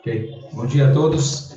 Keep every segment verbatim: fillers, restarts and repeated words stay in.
Ok, bom dia a todos.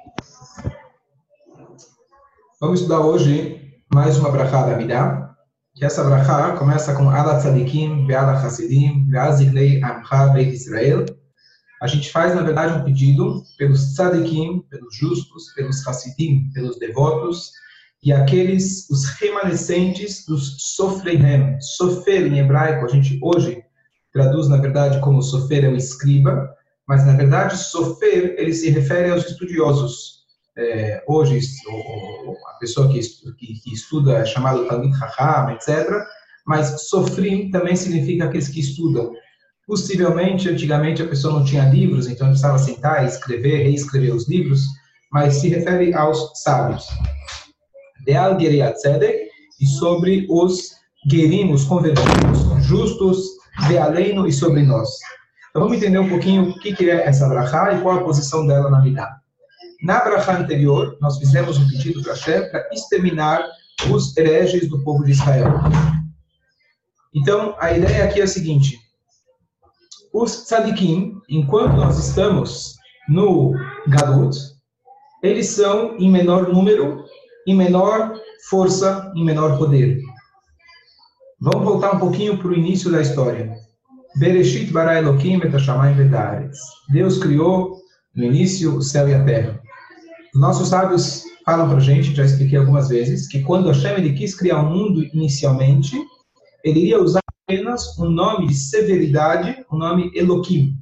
Vamos estudar hoje mais uma brachá da Amidah, que essa brachá começa com Ala Tzadikim, Ve'ala Hasidim, Ve'aziklei Amcha Beit Israel. A gente faz, na verdade, um pedido pelos Tzadikim, pelos justos, pelos Hasidim, pelos devotos, e aqueles, os remanescentes dos Sofreihem. Sofer, em hebraico, a gente hoje traduz, na verdade, como Sofer é o escriba, mas, na verdade, Sofer, ele se refere aos estudiosos. É, hoje, o, a pessoa que, que, que estuda é chamado Talmid Chacham, etcétera. Mas Sofrim também significa aqueles que estudam. Possivelmente, antigamente, a pessoa não tinha livros, então precisava sentar, escrever, reescrever os livros, mas se refere aos sábios. Deal Gerei Atzedek, e sobre os Gerim, os convertidos, justos, Ve'aleinu, e sobre nós. Então vamos entender um pouquinho o que é essa brachá e qual a posição dela na Amidah. Na brachá anterior, nós fizemos um pedido para Hashem para exterminar os hereges do povo de Israel. Então, a ideia aqui é a seguinte: os tzadikim, enquanto nós estamos no Galut, eles são em menor número, em menor força, em menor poder. Vamos voltar um pouquinho para o início da história. Bereshit bara Elokim et hashamayim ve'et haaretz. Deus criou no início o céu e a terra. Os nossos sábios falam para a gente, já expliquei algumas vezes, que quando Hashem ele quis criar o mundo inicialmente, ele iria usar apenas um nome de severidade, o nome Elokim.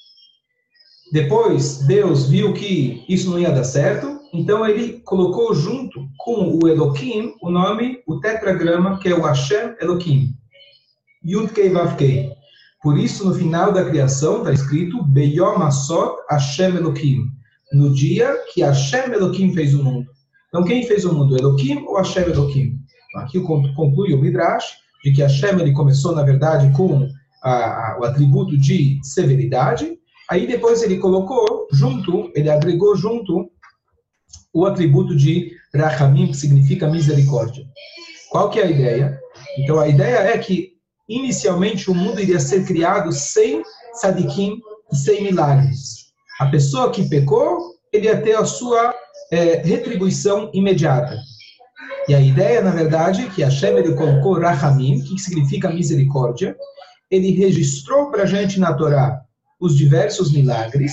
Depois, Deus viu que isso não ia dar certo, então ele colocou junto com o Elokim o nome, o tetragrama, que é o Hashem Elokim. Yud Kei Vav Kei. Por isso, no final da criação, está escrito Beyom Asot Hashem Elokim. No dia que Hashem Elokim fez o mundo. Então, quem fez o mundo? Elokim ou Hashem Elokim? Então, aqui conclui o Midrash, de que Hashem ele começou, na verdade, com a, a, o atributo de severidade, aí depois ele colocou junto, ele agregou junto o atributo de Rachamim, que significa misericórdia. Qual que é a ideia? Então, a ideia é que inicialmente o mundo iria ser criado sem tzadikim e sem milagres. A pessoa que pecou, ele ia ter a sua é, retribuição imediata. E a ideia, na verdade, que Hashem ele colocou Rachamim, que significa misericórdia, ele registrou para a gente na Torá os diversos milagres,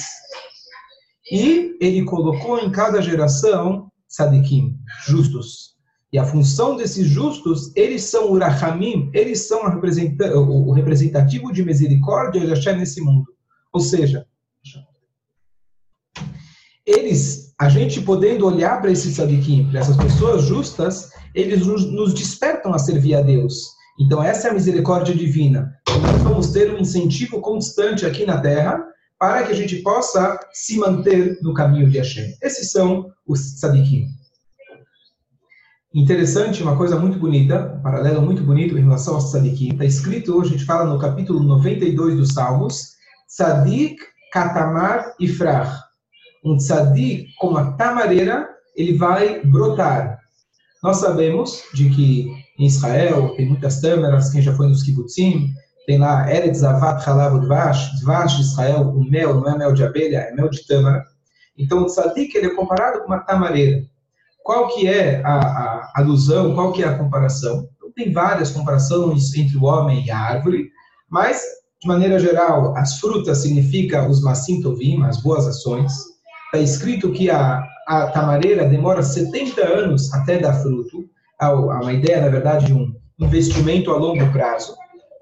e ele colocou em cada geração tzadikim, justos. E a função desses justos, eles são o Rachamim, eles são representa o representativo de misericórdia de Hashem nesse mundo. Ou seja, eles, a gente podendo olhar para esses tzadikim, para essas pessoas justas, eles nos, nos despertam a servir a Deus. Então essa é a misericórdia divina. E nós vamos ter um incentivo constante aqui na Terra para que a gente possa se manter no caminho de Hashem. Esses são os tzadikim. Interessante, uma coisa muito bonita, um paralelo muito bonito em relação aos tzadikim. Está escrito, a gente fala no capítulo noventa e dois dos Salmos, Tzadik katamar ifrach. Um tzadik, como a tamareira, ele vai brotar. Nós sabemos de que em Israel tem muitas tâmaras, quem já foi nos kibbutzim, tem lá Eretz Zavat Halav Dvash, Dvash de Israel, o mel, não é mel de abelha, é mel de tâmara. Então o tzadik ele é comparado com uma tamareira. Qual que é a, a alusão, qual que é a comparação? Então, tem várias comparações entre o homem e a árvore, mas, de maneira geral, as frutas significam os masim tovim, as boas ações. Está escrito que a, a tamareira demora setenta anos até dar fruto. Há uma ideia, na verdade, de um investimento a longo prazo.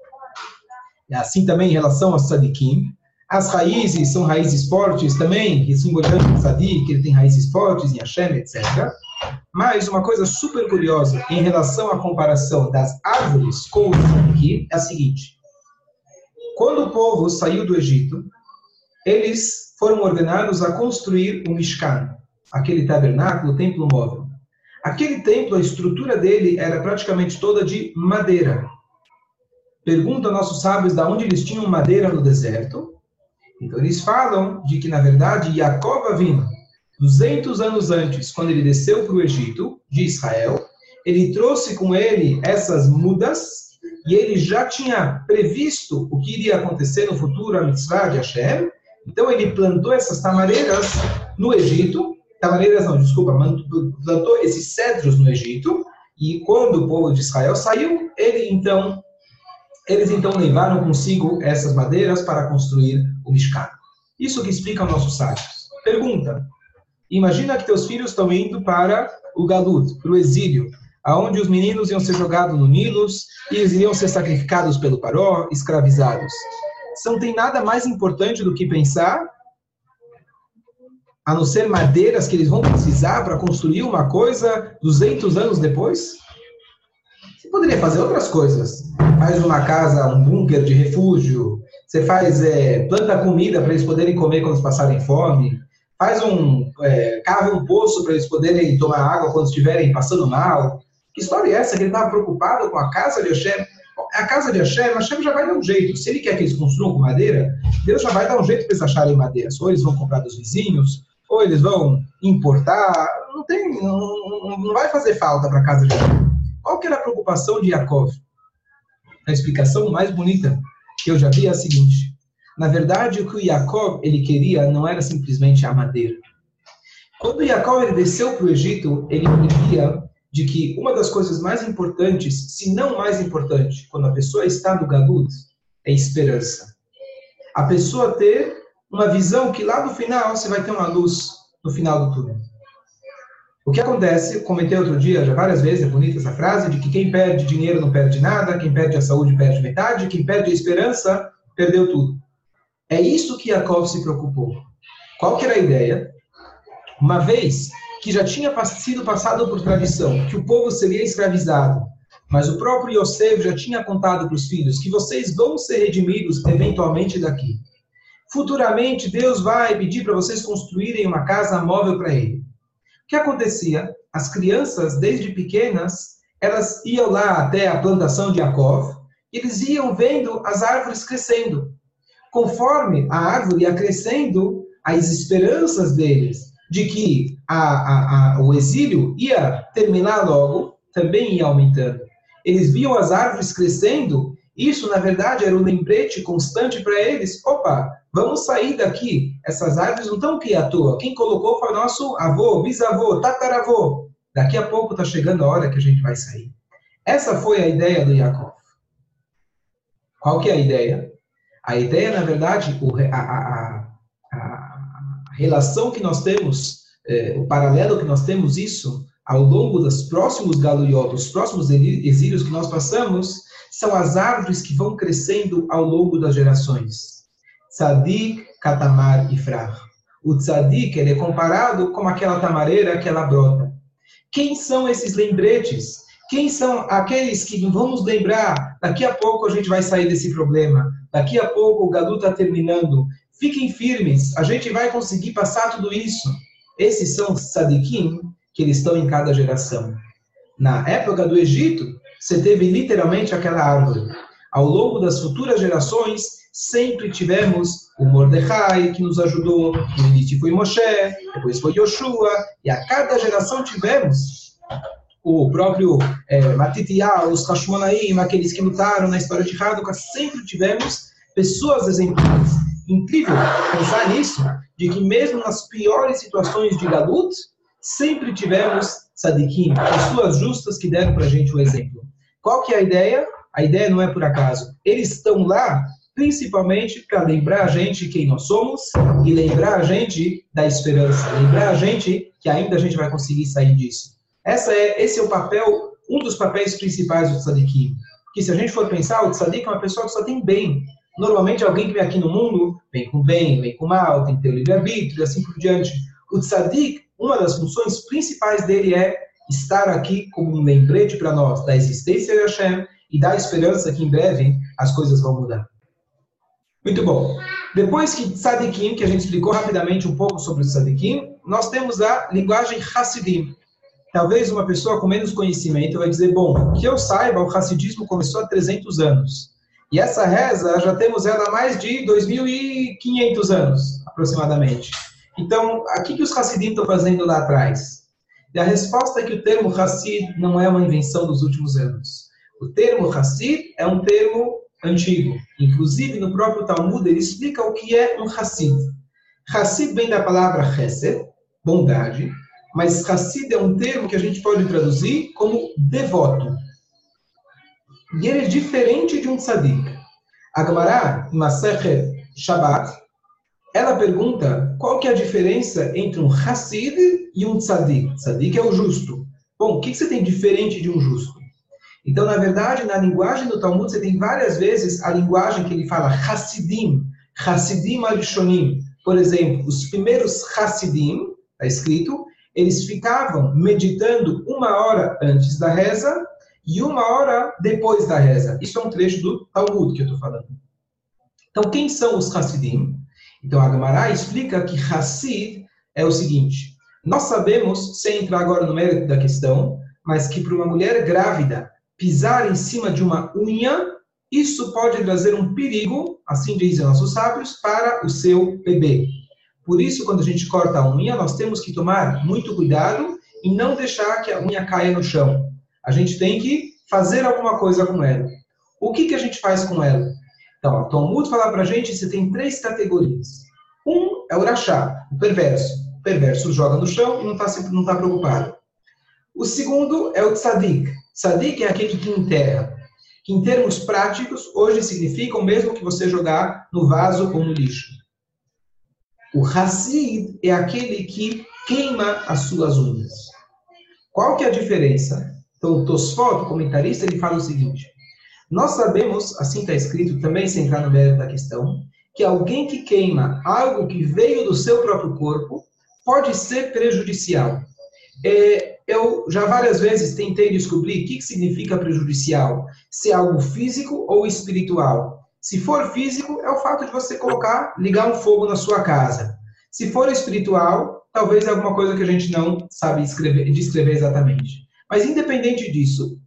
É assim também em relação aos tzadikim. As raízes são raízes fortes também, que simbolizam o tzadik, que ele tem raízes fortes em Hashem, etcétera. Mas uma coisa super curiosa em relação à comparação das árvores com os tzadikim é a seguinte. Quando o povo saiu do Egito, eles foram ordenados a construir o Mishkan, aquele tabernáculo, o templo móvel. Aquele templo, a estrutura dele era praticamente toda de madeira. Pergunta aos nossos sábios de onde eles tinham madeira no deserto. Então eles falam de que, na verdade, Yaakov Avinu, duzentos anos antes, quando ele desceu para o Egito, de Israel, ele trouxe com ele essas mudas, e ele já tinha previsto o que iria acontecer no futuro, a mitzvah de Hashem, Então ele plantou essas tamareiras no Egito, tamareiras não, desculpa, plantou esses cedros no Egito, e quando o povo de Israel saiu, ele então, eles então levaram consigo essas madeiras para construir o Mishkan. Isso que explica nossos sábios. Pergunta: imagina que teus filhos estão indo para o Galut, para o exílio, aonde os meninos iam ser jogados no Nilo e eles iriam ser sacrificados pelo Paró, escravizados. Você não tem nada mais importante do que pensar, a não ser madeiras que eles vão precisar para construir uma coisa duzentos anos depois? Você poderia fazer outras coisas. Faz uma casa, um bunker de refúgio. Você faz, é, planta comida para eles poderem comer quando eles passarem fome. Faz um, é, cava um poço para eles poderem tomar água quando estiverem passando mal. Que história é essa? Que ele estava preocupado com a casa de Hashem? A casa de Hashem, Hashem já vai dar um jeito. Se ele quer que eles construam com madeira, Deus já vai dar um jeito para eles acharem madeira. Ou eles vão comprar dos vizinhos, ou eles vão importar. Não, tem, não, não vai fazer falta para a casa de Hashem. Qual que era a preocupação de Yaakov? A explicação mais bonita que eu já vi é a seguinte. Na verdade, o que o Yaakov ele queria não era simplesmente a madeira. Quando Yaakov ele desceu para o Egito, ele queria de que uma das coisas mais importantes, se não mais importante, quando a pessoa está no Galut, é esperança. A pessoa ter uma visão que lá no final você vai ter uma luz no final do túnel. O que acontece, comentei outro dia, já várias vezes, é bonita essa frase, de que quem perde dinheiro não perde nada, quem perde a saúde perde metade, quem perde a esperança perdeu tudo. É isso que Yaakov se preocupou. Qual que era a ideia? Uma vez que já tinha sido passado por tradição, que o povo seria escravizado, mas o próprio Yosef já tinha contado para os filhos que vocês vão ser redimidos eventualmente daqui. Futuramente, Deus vai pedir para vocês construírem uma casa móvel para ele. O que acontecia? As crianças, desde pequenas, elas iam lá até a plantação de Yaakov, e eles iam vendo as árvores crescendo. Conforme a árvore ia crescendo, as esperanças deles de que a, a, a, o exílio ia terminar logo, também ia aumentando. Eles viam as árvores crescendo, isso, na verdade, era um lembrete constante para eles. Opa, vamos sair daqui. Essas árvores não estão aqui à toa. Quem colocou foi o nosso avô, bisavô, tataravô. Daqui a pouco está chegando a hora que a gente vai sair. Essa foi a ideia do Yaakov. Qual que é a ideia? A ideia, na verdade, a, a, a, a relação que nós temos, é, o paralelo que nós temos isso, ao longo dos próximos galuyot, os próximos exílios que nós passamos, são as árvores que vão crescendo ao longo das gerações. Tzadik, Katamar e Frach. O tzadik, ele é comparado com aquela tamareira que ela brota. Quem são esses lembretes? Quem são aqueles que vamos lembrar? Daqui a pouco a gente vai sair desse problema. Daqui a pouco o Galut está terminando. Fiquem firmes, a gente vai conseguir passar tudo isso. Esses são os tzadikim que eles estão em cada geração. Na época do Egito, você teve literalmente aquela árvore. Ao longo das futuras gerações, sempre tivemos o Mordecai, que nos ajudou. No início foi Moshe, depois foi Yoshua, e a cada geração tivemos o próprio é, Matitiá, os Hashmonaim, aqueles que lutaram na história de Hanukkah, sempre tivemos pessoas exemplares. Incrível pensar nisso, de que mesmo nas piores situações de Galut, sempre tivemos tzadikim, pessoas justas que deram para a gente o exemplo. Qual que é a ideia? A ideia não é por acaso. Eles estão lá principalmente para lembrar a gente quem nós somos e lembrar a gente da esperança, lembrar a gente que ainda a gente vai conseguir sair disso. Essa é, esse é o papel, um dos papéis principais do tzadikim. Porque se a gente for pensar, o tzadik é uma pessoa que só tem bem. Normalmente alguém que vem aqui no mundo vem com bem, vem com mal, tem que ter o livre-arbítrio e assim por diante. O tzadik, uma das funções principais dele é estar aqui como um lembrete para nós da existência de Hashem e da esperança que em breve as coisas vão mudar. Muito bom. Depois que tzadikim, que a gente explicou rapidamente um pouco sobre o tzadikim, nós temos a linguagem Hassidim. Talvez uma pessoa com menos conhecimento vai dizer, bom, que eu saiba, o Hassidismo começou há trezentos anos. E essa reza, já temos ela há mais de dois mil e quinhentos anos, aproximadamente. Então, o que os Hassidim estão fazendo lá atrás? E a resposta é que o termo Hassid não é uma invenção dos últimos anos. O termo Hassid é um termo antigo. Inclusive, no próprio Talmud, ele explica o que é um Hassid. Hassid vem da palavra Chesed, bondade, mas Hassid é um termo que a gente pode traduzir como devoto. E ele é diferente de um Tzadik. A Gemara, em Masechet Shabbat, ela pergunta qual que é a diferença entre um Hassid e um Tzadik. Tzadik é o justo. Bom, o que você tem diferente de um justo? Então, na verdade, na linguagem do Talmud, você tem várias vezes a linguagem que ele fala Hassidim, Hassidim Arishonim. Por exemplo, os primeiros Hassidim, está escrito, eles ficavam meditando uma hora antes da reza e uma hora depois da reza. Isso é um trecho do Talmud que eu estou falando. Então, quem são os Hassidim? Então, a Gemara explica que Hassid é o seguinte: nós sabemos, sem entrar agora no mérito da questão, mas que para uma mulher grávida pisar em cima de uma unha, isso pode trazer um perigo, assim dizem nossos sábios, para o seu bebê. Por isso, quando a gente corta a unha, nós temos que tomar muito cuidado e não deixar que a unha caia no chão. A gente tem que fazer alguma coisa com ela. O que, que a gente faz com ela? Então, o Talmud fala para a gente que você tem três categorias. Um é o rachá, o perverso. O perverso joga no chão e não está sempre, não está preocupado. O segundo é o tzadik. Tzadik é aquele que enterra. Que em termos práticos, hoje significa o mesmo que você jogar no vaso ou no lixo. O Hassid é aquele que queima as suas unhas. Qual que é a diferença? Então, o Tosfot, o comentarista, ele fala o seguinte: nós sabemos, assim está escrito, também sem entrar no mérito da questão, que alguém que queima algo que veio do seu próprio corpo pode ser prejudicial. É, eu já várias vezes tentei descobrir o que, que significa prejudicial, se é algo físico ou espiritual. Se for físico, é o fato de você colocar, ligar um fogo na sua casa. Se for espiritual, talvez é alguma coisa que a gente não sabe descrever, descrever exatamente. Mas independente disso,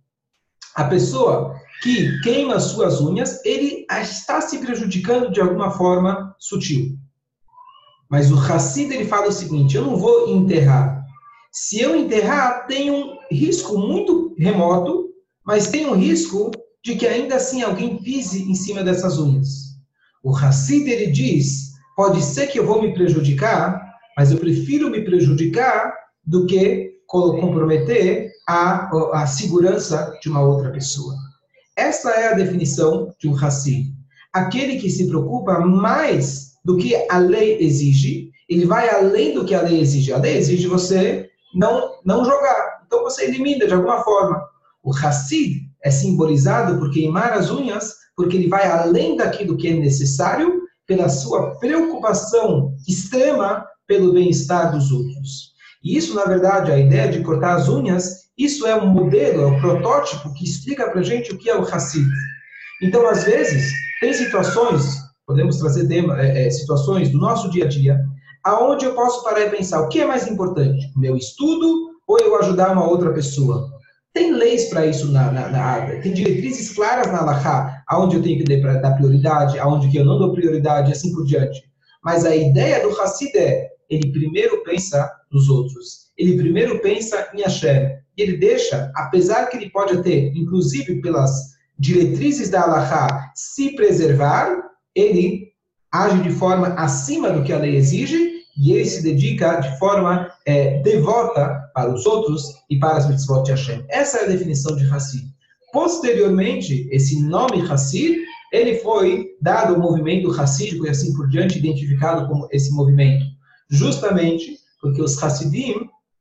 a pessoa que queima as suas unhas, ele está se prejudicando de alguma forma sutil. Mas o Hassid, ele fala o seguinte: eu não vou enterrar. Se eu enterrar, tem um risco muito remoto, mas tem um risco de que ainda assim alguém pise em cima dessas unhas. O Hassid, ele diz, pode ser que eu vou me prejudicar, mas eu prefiro me prejudicar do que comprometer a, a segurança de uma outra pessoa. Essa é a definição de um Hassid. Aquele que se preocupa mais do que a lei exige, ele vai além do que a lei exige. A lei exige você não, não jogar, então você elimina de alguma forma. O Hassid é simbolizado por queimar as unhas, porque ele vai além daquilo que é necessário, pela sua preocupação extrema pelo bem-estar dos outros. E isso, na verdade, a ideia de cortar as unhas, isso é um modelo, é um protótipo que explica para a gente o que é o Hassid. Então, às vezes, tem situações, podemos trazer tema, é, é, situações do nosso dia a dia, aonde eu posso parar e pensar, o que é mais importante? O meu estudo ou eu ajudar uma outra pessoa? Tem leis para isso na, na, na área, tem diretrizes claras na Halachá, aonde eu tenho que dar prioridade, aonde que eu não dou prioridade, e assim por diante. Mas a ideia do Hassid é, ele primeiro pensa nos outros, ele primeiro pensa em Hashem, e ele deixa, apesar que ele pode ter, inclusive pelas diretrizes da Halachá, se preservar, ele age de forma acima do que a lei exige, e ele se dedica de forma é, devota para os outros e para as mitzvot de Hashem. Essa é a definição de Hassid. Posteriormente, esse nome Hassid, ele foi dado ao movimento hassídico e assim por diante, identificado como esse movimento. Justamente porque os Hassidim,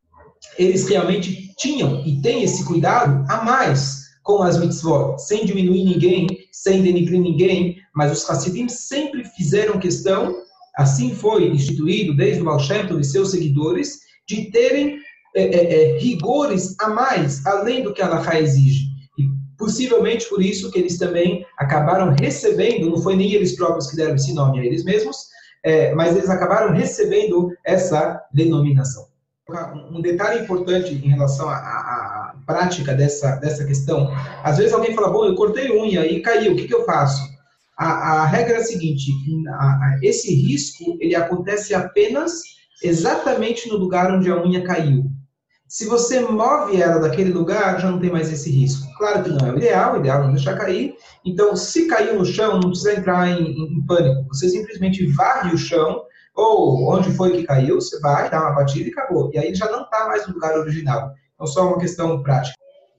eles realmente tinham e têm esse cuidado a mais com as mitzvot, sem diminuir ninguém, sem denigrir ninguém, mas os Hassidim sempre fizeram questão, assim foi instituído desde o Baal Shem Tov e seus seguidores, de terem é, é, é, rigores a mais, além do que a Halachá exige. E possivelmente por isso que eles também acabaram recebendo, não foi nem eles próprios que deram esse nome a eles mesmos, é, mas eles acabaram recebendo essa denominação. Um detalhe importante em relação à, à, à prática dessa, dessa questão, às vezes alguém fala, bom, eu cortei unha e caiu, o que, que eu faço? A, a regra é a seguinte, a, a, esse risco, ele acontece apenas exatamente no lugar onde a unha caiu. Se você move ela daquele lugar, já não tem mais esse risco. Claro que não é o ideal, o ideal é não deixar cair. Então, se caiu no chão, não precisa entrar em, em, em pânico. Você simplesmente varre o chão, ou onde foi que caiu, você vai, dá uma batida e acabou. E aí já não está mais no lugar original. Então, só uma questão prática.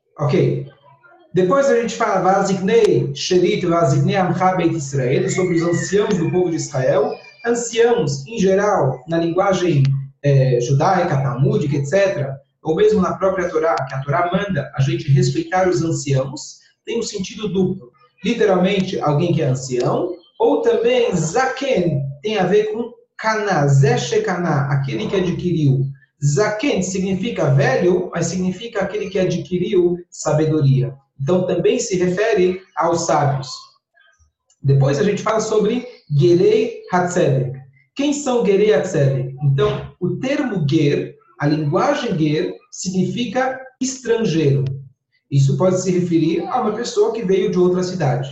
Ok. Depois a gente fala Vazignei Sherit Vazignei Amcha Beit Israel, sobre os anciãos do povo de Israel. Anciãos, em geral, na linguagem é, judaica, talmúdica, etcétera, ou mesmo na própria Torá, que a Torá manda a gente respeitar os anciãos, tem um sentido duplo. Literalmente, alguém que é ancião, ou também Zaken, tem a ver com Kaná, Zé Shekaná, aquele que adquiriu. Zaken significa velho, mas significa aquele que adquiriu sabedoria. Então, também se refere aos sábios. Depois a gente fala sobre Gerei Hatzedek. Quem são Gerei Hatzedek? Então, o termo Ger, a linguagem Ger, significa estrangeiro. Isso pode se referir a uma pessoa que veio de outra cidade.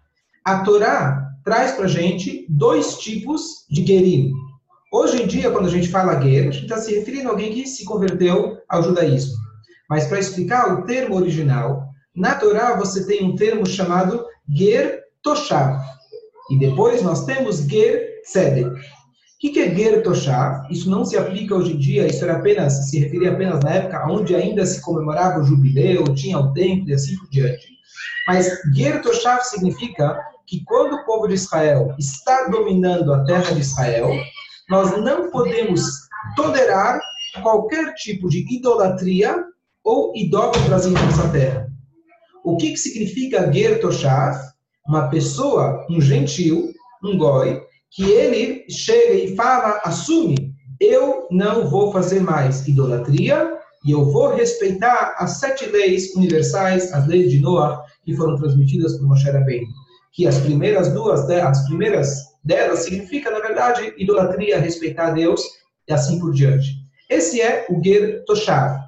A Torá traz para a gente dois tipos de Gerim. Hoje em dia, quando a gente fala Ger, a gente está se referindo a alguém que se converteu ao judaísmo. Mas para explicar o termo original, na Torá você tem um termo chamado Ger Toshav. E depois nós temos Ger Tzedek. O que é Ger Toshav? Isso não se aplica hoje em dia, isso era apenas, se referia apenas na época onde ainda se comemorava o jubileu, tinha o templo e assim por diante. Mas Ger Toshav significa que quando o povo de Israel está dominando a terra de Israel, nós não podemos tolerar qualquer tipo de idolatria ou idólatras em nossa terra. O que, que significa Ger Toshav? Uma pessoa, um gentil, um goi, que ele chega e fala, assume, eu não vou fazer mais idolatria e eu vou respeitar as sete leis universais, as leis de Noah, que foram transmitidas por Moshe Rabbeinu. Que as primeiras duas, as primeiras delas significa, na verdade, idolatria, respeitar a Deus e assim por diante. Esse é o Ger Toshav.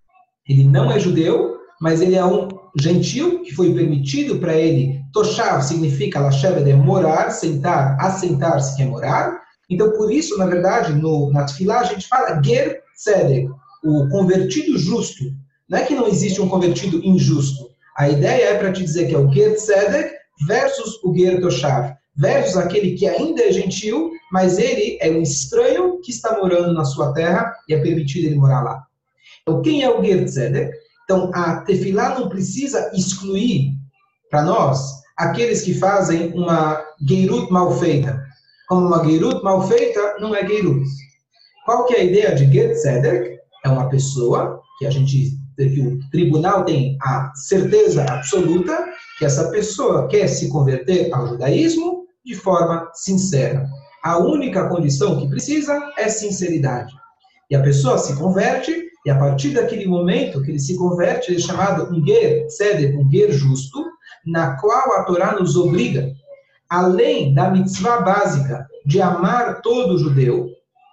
Ele não é judeu, mas ele é um gentil que foi permitido para ele. Toshav significa, Lashev, é morar, sentar, assentar-se, que é morar. Então, por isso, na verdade, no, na Tfilá, a gente fala Ger Tzedek, o convertido justo. Não é que não existe um convertido injusto. A ideia é para te dizer que é o Ger Tzedek versus o Ger Toshav, versus aquele que ainda é gentil, mas ele é um estranho que está morando na sua terra e é permitido ele morar lá. Então, quem é o Ger Tzedek? Então, a Tefilá não precisa excluir, para nós, aqueles que fazem uma Geirut mal feita. Como uma Geirut mal feita, não é Geirut. Qual que é a ideia de Ger Tzedek? É uma pessoa que a gente, que o tribunal tem a certeza absoluta que essa pessoa quer se converter ao judaísmo de forma sincera. A única condição que precisa é sinceridade. E a pessoa se converte, e a partir daquele momento que ele se converte, ele é chamado um Ger Tzedek, um Ger justo, na qual a Torá nos obriga, além da mitzvah básica de amar todo judeu,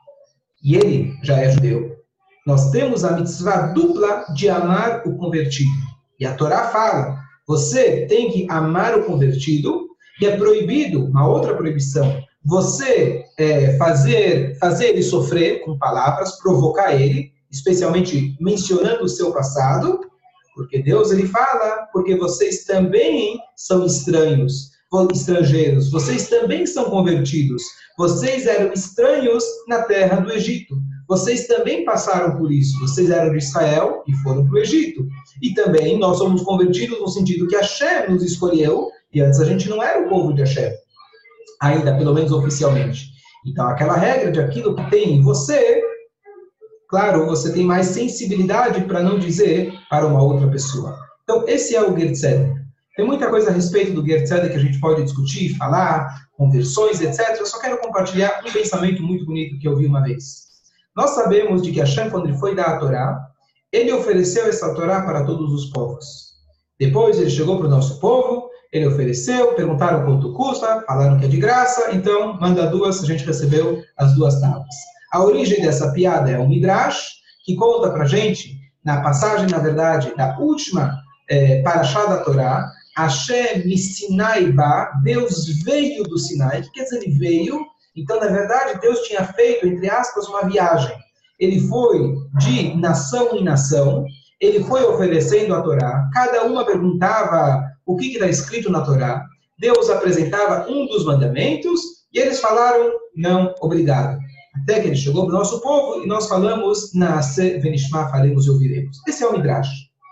e ele já é judeu, nós temos a mitzvah dupla de amar o convertido. E a Torá fala, você tem que amar o convertido, e é proibido, uma outra proibição, você é, fazer, fazer ele sofrer com palavras, provocar ele, especialmente mencionando o seu passado, porque Deus ele fala, porque vocês também são estranhos, estrangeiros, vocês também são convertidos, vocês eram estranhos na terra do Egito, vocês também passaram por isso, vocês eram de Israel e foram para o Egito, e também nós somos convertidos no sentido que Hashem nos escolheu, e antes a gente não era o povo de Hashem, ainda, pelo menos oficialmente. Então, aquela regra de aquilo que tem em você, claro, você tem mais sensibilidade para não dizer para uma outra pessoa. Então, esse é o Ger Tzedek. Tem muita coisa a respeito do Ger Tzedek que a gente pode discutir, falar, conversões, etcétera. Eu só quero compartilhar um pensamento muito bonito que eu vi uma vez. Nós sabemos de que Hashem, quando ele foi dar a Torá, ele ofereceu essa Torá para todos os povos. Depois ele chegou para o nosso povo, ele ofereceu, perguntaram quanto custa, falaram que é de graça, então manda duas, a gente recebeu as duas tábuas. A origem dessa piada é um Midrash, que conta para a gente, na passagem, na verdade, da última é, Parashá da Torá, Hashem Sinai Ba, Deus veio do Sinai. O que quer dizer ele veio? Então, na verdade, Deus tinha feito, entre aspas, uma viagem. ele foi de nação em nação, ele foi oferecendo a Torá, cada uma perguntava o que está escrito na Torá, Deus apresentava um dos mandamentos, e eles falaram, não, obrigado. Até que ele chegou para o nosso povo, e nós falamos, Naase venishma, faremos e ouviremos. Esse é o Midrash.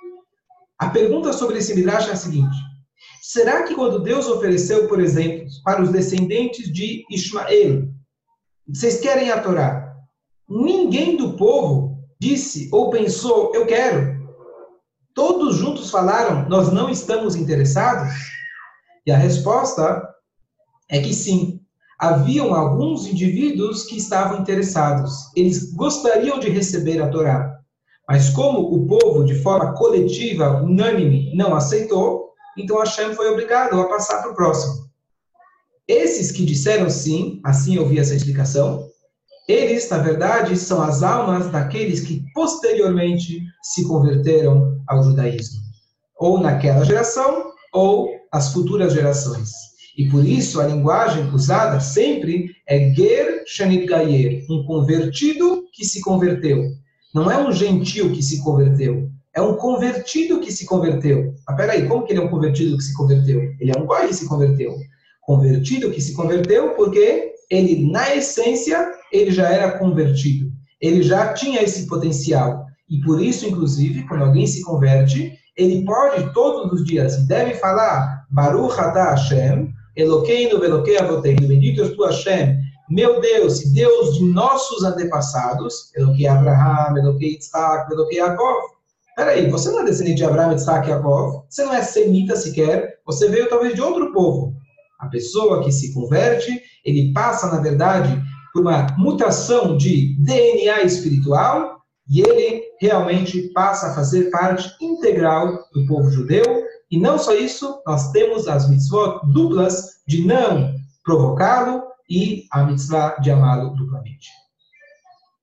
A pergunta sobre esse Midrash é a seguinte, será que quando Deus ofereceu, por exemplo, para os descendentes de Ismael, vocês querem a Torá? Ninguém do povo disse ou pensou, eu quero. Todos juntos falaram, nós não estamos interessados? E a resposta é que sim. Haviam alguns indivíduos que estavam interessados. Eles gostariam de receber a Torá. Mas como o povo, de forma coletiva, unânime, não aceitou, então Hashem foi obrigado a passar para o próximo. Esses que disseram sim, assim eu vi essa explicação, eles, na verdade, são as almas daqueles que posteriormente se converteram ao judaísmo. Ou naquela geração, ou as futuras gerações. E por isso a linguagem usada sempre é Ger Shenit Gayer, um convertido que se converteu. Não é um gentil que se converteu, é um convertido que se converteu. Ah, peraí, como que ele é um convertido que se converteu? Ele é um goi que se converteu. Convertido que se converteu porque ele, na essência, ele já era convertido. Ele já tinha esse potencial. E por isso, inclusive, quando alguém se converte, ele pode todos os dias, deve falar Baruch atah Hashem, Elokeinu ve'Elokei avoteinu, bendito és tu Hashem, meu Deus e Deus de nossos antepassados, Elokei Abraham, Elokei Yitzhak, Elokei Yaakov. Peraí, você não é descendente de Abraham, Yitzhak e Yaakov? Você não é semita sequer? Você veio talvez de outro povo. A pessoa que se converte, ele passa, na verdade, por uma mutação de D N A espiritual e ele realmente passa a fazer parte integral do povo judeu. E não só isso, nós temos as mitzvot duplas de não provocá-lo e a mitzvah de amá-lo duplamente.